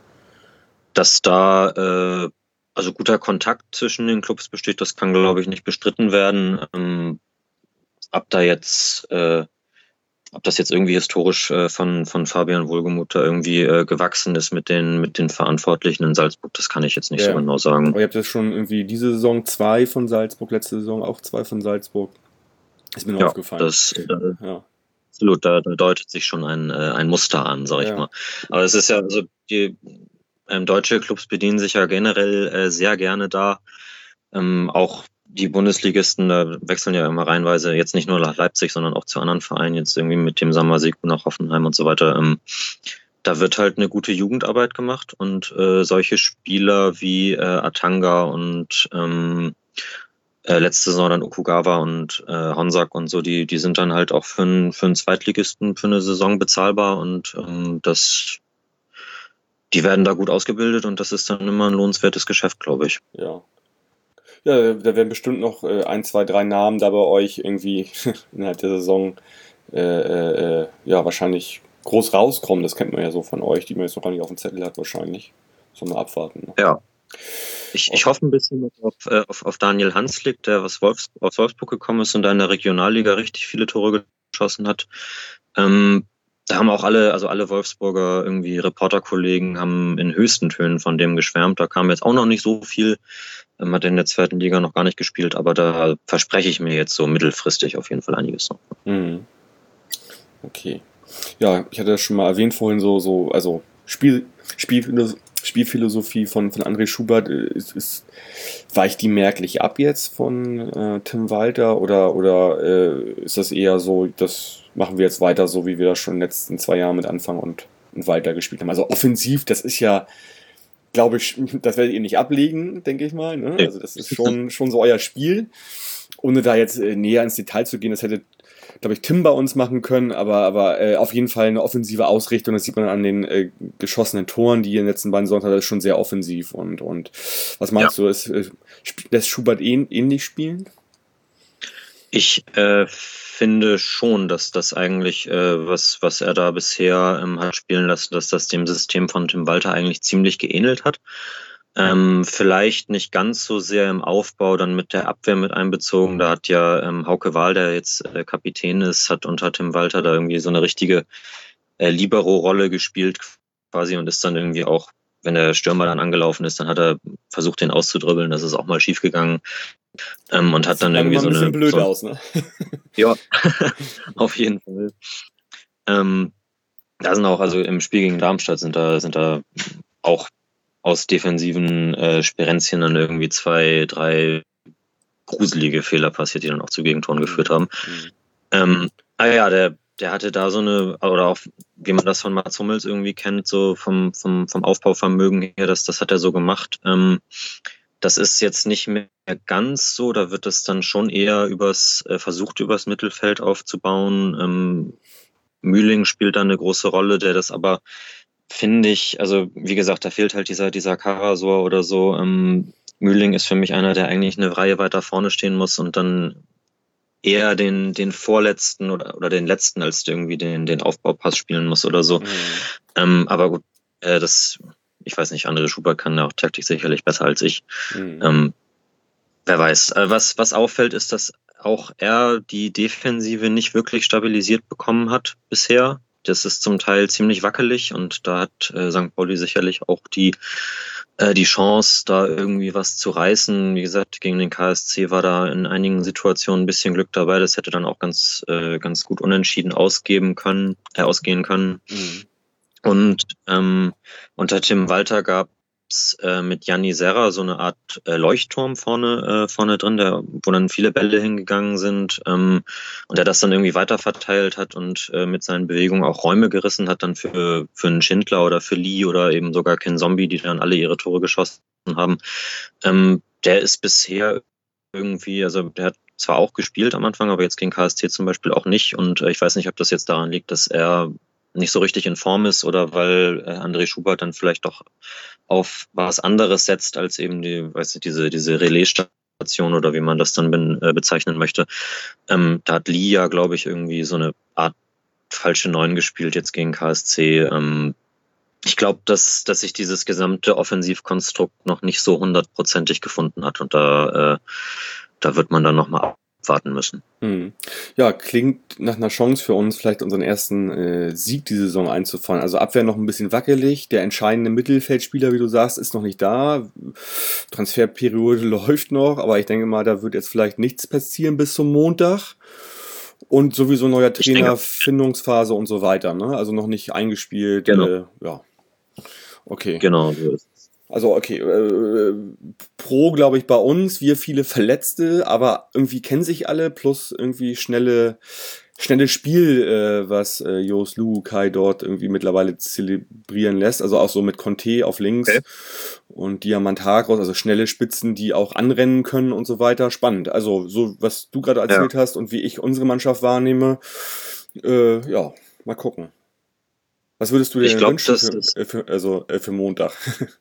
Dass da äh, also guter Kontakt zwischen den Clubs besteht, das kann, glaube ich, nicht bestritten werden. Ähm, ob da jetzt äh, Ob das jetzt irgendwie historisch äh, von, von Fabian Wohlgemuth da irgendwie äh, gewachsen ist mit den, mit den Verantwortlichen in Salzburg, das kann ich jetzt nicht Ja. so genau sagen. Aber ihr habt jetzt schon irgendwie diese Saison zwei von Salzburg, letzte Saison auch zwei von Salzburg. Ist mir nur Ja, aufgefallen. das äh, Ja. absolut, da, da deutet sich schon ein, äh, ein Muster an, sag ich Ja. mal. Aber es ist ja, also die ähm, deutsche Clubs bedienen sich ja generell äh, sehr gerne da. Ähm, auch die Bundesligisten, da wechseln ja immer reihenweise, jetzt nicht nur nach Leipzig, sondern auch zu anderen Vereinen, jetzt irgendwie mit dem Sammersieg nach Hoffenheim und so weiter. Ähm, da wird halt eine gute Jugendarbeit gemacht und äh, solche Spieler wie äh, Atanga und ähm, äh, letzte Saison dann Okugawa und äh, Honsak und so, die, die sind dann halt auch für, einen für einen Zweitligisten für eine Saison bezahlbar und ähm, das, die werden da gut ausgebildet und das ist dann immer ein lohnenswertes Geschäft, glaube ich. Ja. Ja, da werden bestimmt noch äh, ein, zwei, drei Namen da bei euch irgendwie innerhalb der Saison äh, äh, ja, wahrscheinlich groß rauskommen. Das kennt man ja so von euch, die man jetzt noch gar nicht auf dem Zettel hat, wahrscheinlich. So mal abwarten. Ne? Ja. Ich, ich hoffe ein bisschen auf, auf, auf Daniel Hanslik, der aus, Wolfs, aus Wolfsburg gekommen ist und da in der Regionalliga richtig viele Tore geschossen hat. Ähm, da haben auch alle, also alle Wolfsburger irgendwie Reporterkollegen haben in höchsten Tönen von dem geschwärmt. Da kam jetzt auch noch nicht so viel. Ähm, hat in der zweiten Liga noch gar nicht gespielt, aber da verspreche ich mir jetzt so mittelfristig auf jeden Fall einiges noch. Mhm. Okay. Ja, ich hatte das schon mal erwähnt vorhin, so, so, also Spiel, Spiel, Spielphilosophie von, von André Schubert, äh, ist, ist, weicht die merklich ab jetzt von äh, Tim Walter oder, oder äh, ist das eher so, das machen wir jetzt weiter, so wie wir das schon in den letzten zwei Jahren mit Anfang und, und Walter gespielt haben? Also offensiv, das ist ja, glaube ich, das werdet ihr nicht ablegen, denke ich mal. Ne? Also das ist schon, schon so euer Spiel. Ohne da jetzt äh, näher ins Detail zu gehen, das hätte, glaube ich, Tim bei uns machen können, aber, aber äh, auf jeden Fall eine offensive Ausrichtung, das sieht man an den äh, geschossenen Toren, die in den letzten beiden Sonntagen, das ist schon sehr offensiv. Und, und was meinst ja. du, ist, äh, lässt Schubert ähn, ähnlich spielen? Ich äh, finde schon, dass das eigentlich, äh, was, was er da bisher ähm, hat spielen lassen, dass das dem System von Tim Walter eigentlich ziemlich geähnelt hat. Ähm, vielleicht nicht ganz so sehr im Aufbau, dann mit der Abwehr mit einbezogen. Da hat ja ähm, Hauke Wahl, der jetzt äh, Kapitän ist, hat unter Tim Walter da irgendwie so eine richtige äh, Libero-Rolle gespielt quasi und ist dann irgendwie auch, wenn der Stürmer dann angelaufen ist, dann hat er versucht, den auszudribbeln. Das ist auch mal schief gegangen ähm, und hat dann irgendwie so eine... Das sieht ein bisschen blöd so, aus, ne? Ja, auf jeden Fall. Ähm, da sind auch, also im Spiel gegen Darmstadt sind da, sind da auch aus defensiven äh, Sperenzchen dann irgendwie zwei, drei gruselige Fehler passiert, die dann auch zu Gegentoren geführt haben. Mhm. Ähm, ah ja, der, der hatte da so eine, oder auch wie man das von Mats Hummels irgendwie kennt, so vom, vom, vom Aufbauvermögen her, das, das hat er so gemacht. Ähm, das ist jetzt nicht mehr ganz so, da wird es dann schon eher übers, äh, versucht, übers Mittelfeld aufzubauen. Ähm, Mühling spielt da eine große Rolle, der das aber finde ich, also wie gesagt, da fehlt halt dieser, dieser Karasor oder so. Ähm, Mühling ist für mich einer, der eigentlich eine Reihe weiter vorne stehen muss und dann eher den, den vorletzten oder, oder den letzten als irgendwie den, den Aufbaupass spielen muss oder so. Mhm. Ähm, aber gut, äh, das, ich weiß nicht, André Schubert kann ja auch taktisch sicherlich besser als ich. Mhm. Ähm, wer weiß. Äh, was, was auffällt, ist, dass auch er die Defensive nicht wirklich stabilisiert bekommen hat bisher. Das ist zum Teil ziemlich wackelig und da hat äh, Sankt Pauli sicherlich auch die, äh, die Chance, da irgendwie was zu reißen. Wie gesagt, gegen den K S C war da in einigen Situationen ein bisschen Glück dabei. Das hätte dann auch ganz, äh, ganz gut unentschieden ausgeben können, äh, ausgehen können. Mhm. Und ähm, unter Tim Walter gab es äh, mit Gianni Serra so eine Art äh, Leuchtturm vorne, äh, vorne drin, der, wo dann viele Bälle hingegangen sind ähm, und der das dann irgendwie weiter verteilt hat und äh, mit seinen Bewegungen auch Räume gerissen hat dann für, für einen Schindler oder für Lee oder eben sogar Ken Zombie, die dann alle ihre Tore geschossen haben. Ähm, der ist bisher irgendwie, also der hat zwar auch gespielt am Anfang, aber jetzt gegen K S C zum Beispiel auch nicht und äh, ich weiß nicht, ob das jetzt daran liegt, dass er nicht so richtig in Form ist oder weil äh, André Schubert dann vielleicht doch auf was anderes setzt als eben die, weißt du, diese, diese Relaisstation oder wie man das dann ben, äh, bezeichnen möchte. Ähm, da hat Lee ja, glaube ich, irgendwie so eine Art falsche Neun gespielt jetzt gegen K S C. Ähm, ich glaube, dass, dass sich dieses gesamte Offensivkonstrukt noch nicht so hundertprozentig gefunden hat und da, äh, da wird man dann nochmal warten müssen. Hm. Ja, klingt nach einer Chance für uns, vielleicht unseren ersten äh, Sieg die Saison einzufahren. Also Abwehr noch ein bisschen wackelig, der entscheidende Mittelfeldspieler, wie du sagst, ist noch nicht da. Transferperiode läuft noch, aber ich denke mal, da wird jetzt vielleicht nichts passieren bis zum Montag. Und sowieso neuer Trainer, Findungsphase und so weiter, ne? Also noch nicht eingespielt. Genau. Äh, ja. Okay. Genau, so ist es. Also okay, äh, pro glaube ich bei uns, wir viele Verletzte, aber irgendwie kennen sich alle, plus irgendwie schnelle, schnelles Spiel, äh, was äh, Jos Lukai dort irgendwie mittlerweile zelebrieren lässt, also auch so mit Conte auf links okay. und Diamantagros, also schnelle Spitzen, die auch anrennen können und so weiter, spannend. Also so, was du gerade erzählt ja. hast und wie ich unsere Mannschaft wahrnehme, äh, ja, mal gucken. Was würdest du dir glaub, wünschen für, für, also, äh, für Montag?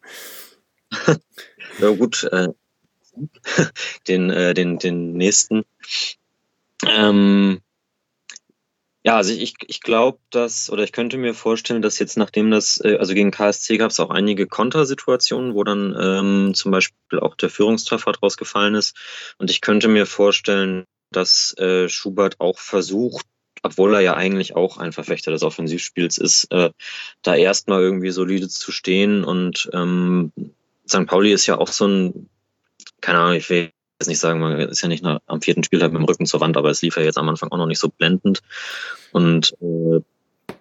Ja gut, äh, den, äh, den, den nächsten. Ähm, ja, also ich, ich glaube, dass, oder ich könnte mir vorstellen, dass jetzt nachdem das, äh, also gegen K S C gab es auch einige Kontersituationen, wo dann ähm, zum Beispiel auch der Führungstreffer draus gefallen ist. Und ich könnte mir vorstellen, dass äh, Schubert auch versucht, obwohl er ja eigentlich auch ein Verfechter des Offensivspiels ist, äh, da erstmal irgendwie solide zu stehen. Und ähm, Sankt Pauli ist ja auch so ein, keine Ahnung, ich will jetzt nicht sagen, man ist ja nicht nach, am vierten Spieltag mit dem Rücken zur Wand, aber es lief ja jetzt am Anfang auch noch nicht so blendend. Und äh,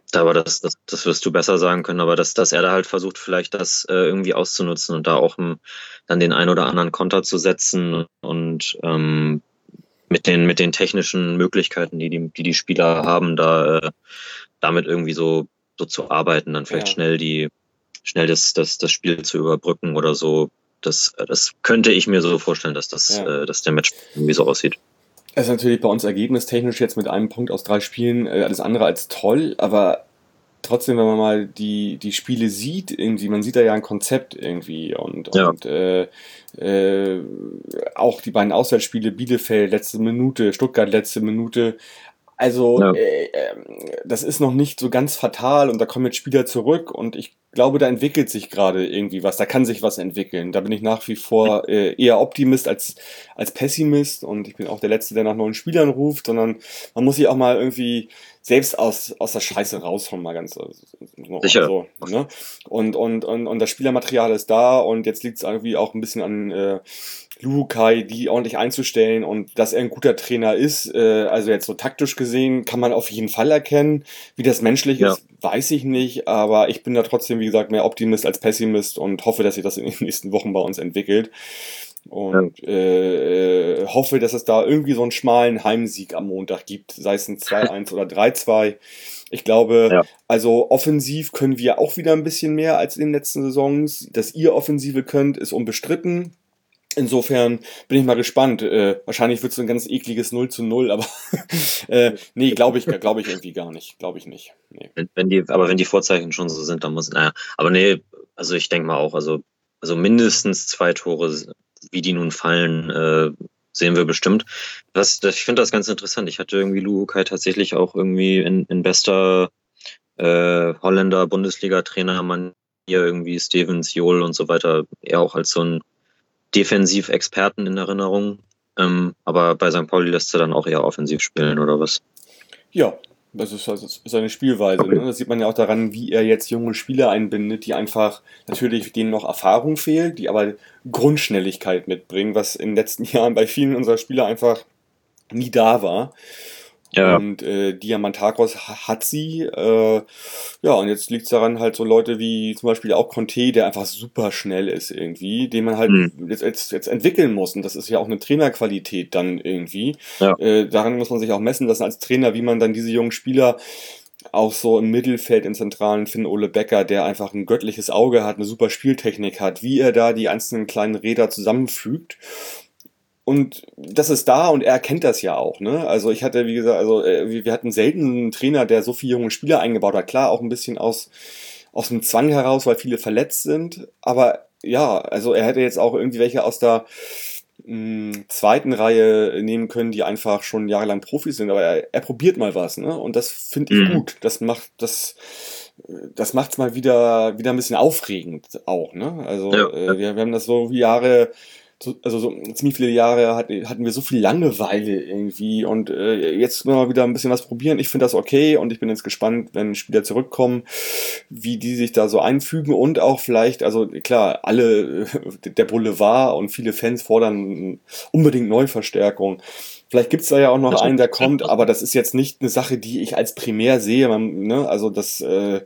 Aber das, das, das wirst du besser sagen können, aber dass, dass er da halt versucht, vielleicht das äh, irgendwie auszunutzen und da auch m, dann den ein oder anderen Konter zu setzen und ähm, mit den, mit den technischen Möglichkeiten, die die, die, die Spieler haben, da äh, damit irgendwie so, so zu arbeiten, dann vielleicht Ja. schnell die, schnell das, das, das Spiel zu überbrücken oder so. Das, das könnte ich mir so vorstellen, dass das, Ja. äh, dass der Match irgendwie so aussieht. Es ist natürlich bei uns ergebnistechnisch jetzt mit einem Punkt aus drei Spielen äh, alles andere als toll, aber trotzdem, wenn man mal die, die Spiele sieht, irgendwie, man sieht da ja ein Konzept irgendwie und, Ja. und äh, äh, auch die beiden Auswärtsspiele, Bielefeld letzte Minute, Stuttgart letzte Minute. Also, Ja. äh, äh, das ist noch nicht so ganz fatal und da kommen jetzt Spieler zurück und ich glaube, da entwickelt sich gerade irgendwie was, da kann sich was entwickeln. Da bin ich nach wie vor äh, eher Optimist als, als Pessimist und ich bin auch der Letzte, der nach neuen Spielern ruft, sondern man muss sich auch mal irgendwie selbst aus, aus der Scheiße raushauen, mal ganz so. Sicher. So, ne? Und, und, und, und das Spielermaterial ist da und jetzt liegt es irgendwie auch ein bisschen an äh, Lukai, die ordentlich einzustellen und dass er ein guter Trainer ist, äh, also jetzt so taktisch gesehen, kann man auf jeden Fall erkennen. Wie das menschlich Ja. ist, weiß ich nicht, aber ich bin da trotzdem, wie gesagt, mehr Optimist als Pessimist und hoffe, dass sich das in den nächsten Wochen bei uns entwickelt. Und äh, hoffe, dass es da irgendwie so einen schmalen Heimsieg am Montag gibt, sei es ein zwei eins oder drei zwei. Ich glaube, Ja. also offensiv können wir auch wieder ein bisschen mehr als in den letzten Saisons. Dass ihr Offensive könnt, ist unbestritten. Insofern bin ich mal gespannt. Äh, wahrscheinlich wird es ein ganz ekliges null zu null, aber äh, nee, glaube ich, glaube ich irgendwie gar nicht. Glaube ich nicht. Nee. Wenn, wenn die, aber wenn die Vorzeichen schon so sind, dann muss, naja, aber nee, also ich denke mal auch, also, also mindestens zwei Tore, wie die nun fallen, äh, sehen wir bestimmt. Das, das, ich finde das ganz interessant. Ich hatte irgendwie Luhukai tatsächlich auch irgendwie in, in bester äh, Holländer Bundesliga-Trainer man hier irgendwie Stevens, Jol und so weiter, eher auch als so ein Defensiv-Experten in Erinnerung. Ähm, aber bei Sankt Pauli lässt er dann auch eher offensiv spielen, oder was? Ja, das ist also seine Spielweise. Ne? Das sieht man ja auch daran, wie er jetzt junge Spieler einbindet, die einfach natürlich denen noch Erfahrung fehlt, die aber Grundschnelligkeit mitbringen, was in den letzten Jahren bei vielen unserer Spieler einfach nie da war. Ja. Und äh, Diamantakos ha- hat sie. Äh, ja, und jetzt liegt es daran, halt so Leute wie zum Beispiel auch Conte, der einfach super schnell ist irgendwie, den man halt Mhm. jetzt, jetzt, jetzt entwickeln muss. Und das ist ja auch eine Trainerqualität dann irgendwie. Ja. Äh, daran muss man sich auch messen lassen als Trainer, wie man dann diese jungen Spieler auch so im Mittelfeld, im Zentralen, Finn Ole Becker, der einfach ein göttliches Auge hat, eine super Spieltechnik hat, wie er da die einzelnen kleinen Räder zusammenfügt. Und das ist da und er erkennt das ja auch, ne? Also ich hatte, wie gesagt, also äh, wir wir hatten selten einen Trainer, der so viele junge Spieler eingebaut hat. Klar, auch ein bisschen aus, aus dem Zwang heraus, weil viele verletzt sind. Aber ja, also er hätte jetzt auch irgendwie welche aus der mh, zweiten Reihe nehmen können, die einfach schon jahrelang Profis sind. Aber er, er probiert mal was, ne? Und das finde ich Mhm. gut. Das macht das das macht's mal wieder wieder ein bisschen aufregend auch, ne? Also Ja. äh, wir, wir haben das so wie Jahre so, also so ziemlich viele Jahre hat, hatten wir so viel Langeweile irgendwie und äh, jetzt müssen wir mal wieder ein bisschen was probieren. Ich finde das okay und ich bin jetzt gespannt, wenn Spieler zurückkommen, wie die sich da so einfügen und auch vielleicht, also klar, alle, äh, der Boulevard und viele Fans fordern unbedingt Neuverstärkung. Vielleicht gibt's da ja auch noch Das- einen, der kommt, aber das ist jetzt nicht eine Sache, die ich als primär sehe. Man, ne? Also das äh,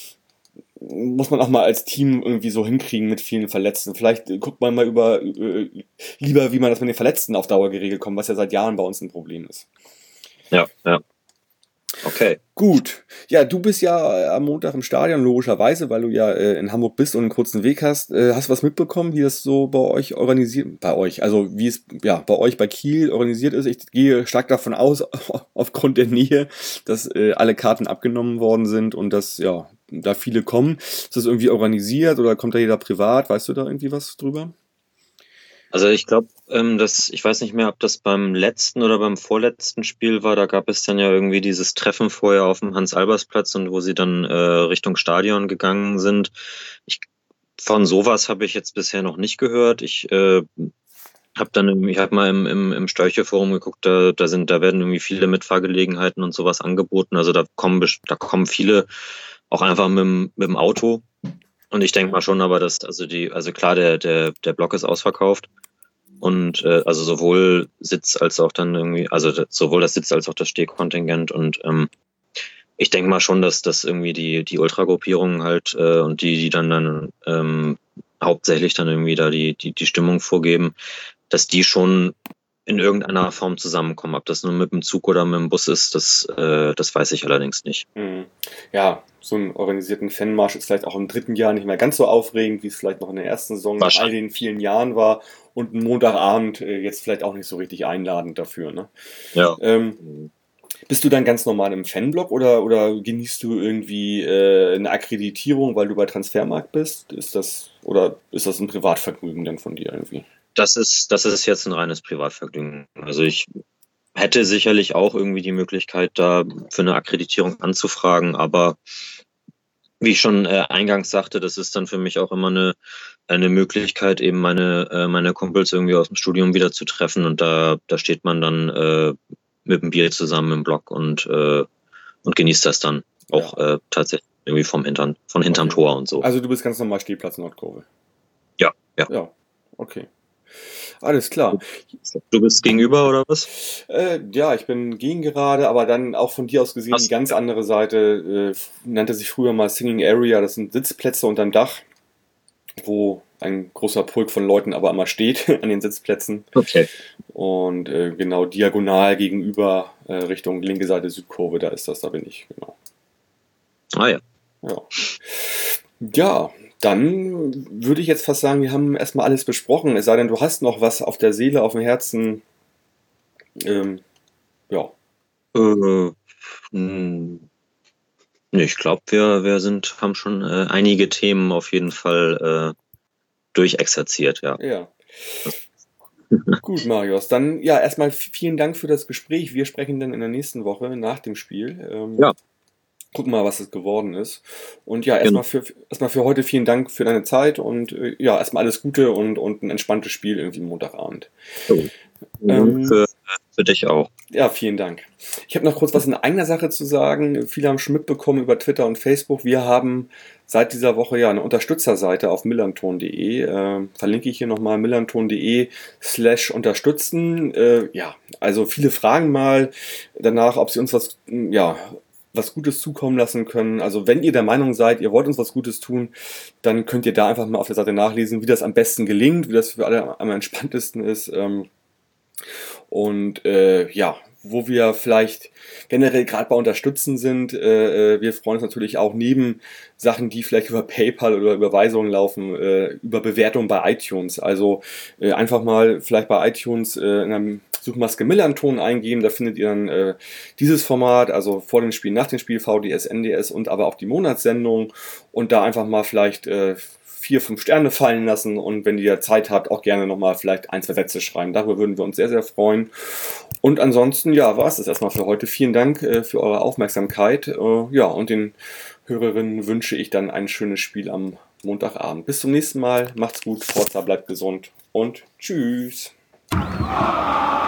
muss man auch mal als Team irgendwie so hinkriegen mit vielen Verletzten. Vielleicht äh, guckt man mal über äh, lieber, wie man das mit den Verletzten auf Dauer geregelt kommt, was ja seit Jahren bei uns ein Problem ist. Ja, ja. Okay. Gut. Ja, du bist ja äh, am Montag im Stadion, logischerweise, weil du ja äh, in Hamburg bist und einen kurzen Weg hast. Äh, hast du was mitbekommen, wie das so bei euch organisiert, bei euch, also wie es ja bei euch bei Kiel organisiert ist? Ich gehe stark davon aus, aufgrund der Nähe, dass äh, alle Karten abgenommen worden sind und dass ja da viele kommen. Ist das irgendwie organisiert oder kommt da jeder privat? Weißt du da irgendwie was drüber? Also ich glaube, ähm, dass ich weiß nicht mehr, ob das beim letzten oder beim vorletzten Spiel war. Da gab es dann ja irgendwie dieses Treffen vorher auf dem Hans-Albers-Platz und wo sie dann äh, Richtung Stadion gegangen sind. Ich, von sowas habe ich jetzt bisher noch nicht gehört. Ich äh, habe dann, irgendwie- ich habe mal im, im, im Störche-Forum geguckt, da, da sind, da werden irgendwie viele Mitfahrgelegenheiten und sowas angeboten. Also da kommen, best- da kommen viele auch einfach mit, dem- mit dem Auto. Und ich denke mal schon, aber dass, also die, also klar, der, der, der Block ist ausverkauft. Und äh, also sowohl Sitz als auch dann irgendwie, also da- sowohl das Sitz als auch das Stehkontingent. Und ähm, ich denke mal schon, dass das irgendwie die, die Ultragruppierungen halt äh, und die, die dann dann ähm, hauptsächlich dann irgendwie da die, die, die Stimmung vorgeben, dass die schon in irgendeiner Form zusammenkommen. Ob das nur mit dem Zug oder mit dem Bus ist, das, äh, das weiß ich allerdings nicht. Mhm. Ja, so einen organisierten Fanmarsch ist vielleicht auch im dritten Jahr nicht mehr ganz so aufregend, wie es vielleicht noch in der ersten Saison nach all den vielen Jahren war. Und ein Montagabend äh, jetzt vielleicht auch nicht so richtig einladend dafür. Ne? Ja. Ähm, bist du dann ganz normal im Fanblock oder, oder genießt du irgendwie äh, eine Akkreditierung, weil du bei Transfermarkt bist? Ist das, oder ist das ein Privatvergnügen dann von dir irgendwie? Das ist, das ist jetzt ein reines Privatvergnügen. Also ich hätte sicherlich auch irgendwie die Möglichkeit, da für eine Akkreditierung anzufragen, aber wie ich schon äh, eingangs sagte, das ist dann für mich auch immer eine, eine Möglichkeit, eben meine, äh, meine Kumpels irgendwie aus dem Studium wieder zu treffen, und da, da steht man dann äh, mit dem Bier zusammen im Block und, äh, und genießt das dann auch Ja. äh, tatsächlich irgendwie vom Hintern, von hinterm Okay. Tor und so. Also du bist ganz normal Stehplatz Nordkurve. Ja, ja. Ja, okay. Alles klar. Du bist gegenüber oder was? Äh, ja, ich bin gegen gerade, aber dann auch von dir aus gesehen Ach so, die ganz ja. andere Seite. Äh, nannte sich früher mal Singing Area. Das sind Sitzplätze unterm Dach, wo ein großer Pulk von Leuten aber immer steht an den Sitzplätzen. Okay. Und äh, genau diagonal gegenüber äh, Richtung linke Seite Südkurve, da ist das, da bin ich, genau. Ah ja. Ja. Ja, dann würde ich jetzt fast sagen, wir haben erstmal alles besprochen. Es sei denn, du hast noch was auf der Seele, auf dem Herzen. Ähm, ja. Äh, mh, nee, ich glaube, wir, wir sind, haben schon äh, einige Themen auf jeden Fall äh, durchexerziert, ja. Ja. Gut, Marius. Dann ja, erstmal vielen Dank für das Gespräch. Wir sprechen dann in der nächsten Woche nach dem Spiel. Ähm, Ja. Gucken mal, was es geworden ist. Und ja, erstmal für, erstmal für heute vielen Dank für deine Zeit und äh, ja, erstmal alles Gute und, und ein entspanntes Spiel irgendwie Montagabend. Ähm, für, für dich auch. Ja, vielen Dank. Ich habe noch kurz was in eigener Sache zu sagen. Viele haben schon mitbekommen über Twitter und Facebook. Wir haben seit dieser Woche ja eine Unterstützerseite auf millanton punkt de. Äh, verlinke ich hier nochmal millanton punkt de slash unterstützen. Äh, ja, also viele fragen mal danach, ob sie uns was, ja, was Gutes zukommen lassen können. Also wenn ihr der Meinung seid, ihr wollt uns was Gutes tun, dann könnt ihr da einfach mal auf der Seite nachlesen, wie das am besten gelingt, wie das für alle am entspanntesten ist. Ähm, Und äh, ja, wo wir vielleicht generell gerade bei Unterstützen sind, äh, wir freuen uns natürlich auch neben Sachen, die vielleicht über PayPal oder Überweisungen laufen, äh, über Bewertungen bei iTunes. Also äh, einfach mal vielleicht bei iTunes äh, in einem Suchmaske Millanton eingeben, da findet ihr dann äh, dieses Format, also vor dem Spiel, nach dem Spiel, V D S, N D S und aber auch die Monatssendung, und da einfach mal vielleicht äh, vier, fünf Sterne fallen lassen, und wenn ihr Zeit habt, auch gerne nochmal vielleicht ein, zwei Sätze schreiben. Darüber würden wir uns sehr, sehr freuen. Und ansonsten, ja, war es das erstmal für heute. Vielen Dank äh, für eure Aufmerksamkeit. Äh, ja, und den Hörerinnen wünsche ich dann ein schönes Spiel am Montagabend. Bis zum nächsten Mal. Macht's gut, Forza, bleibt gesund und tschüss.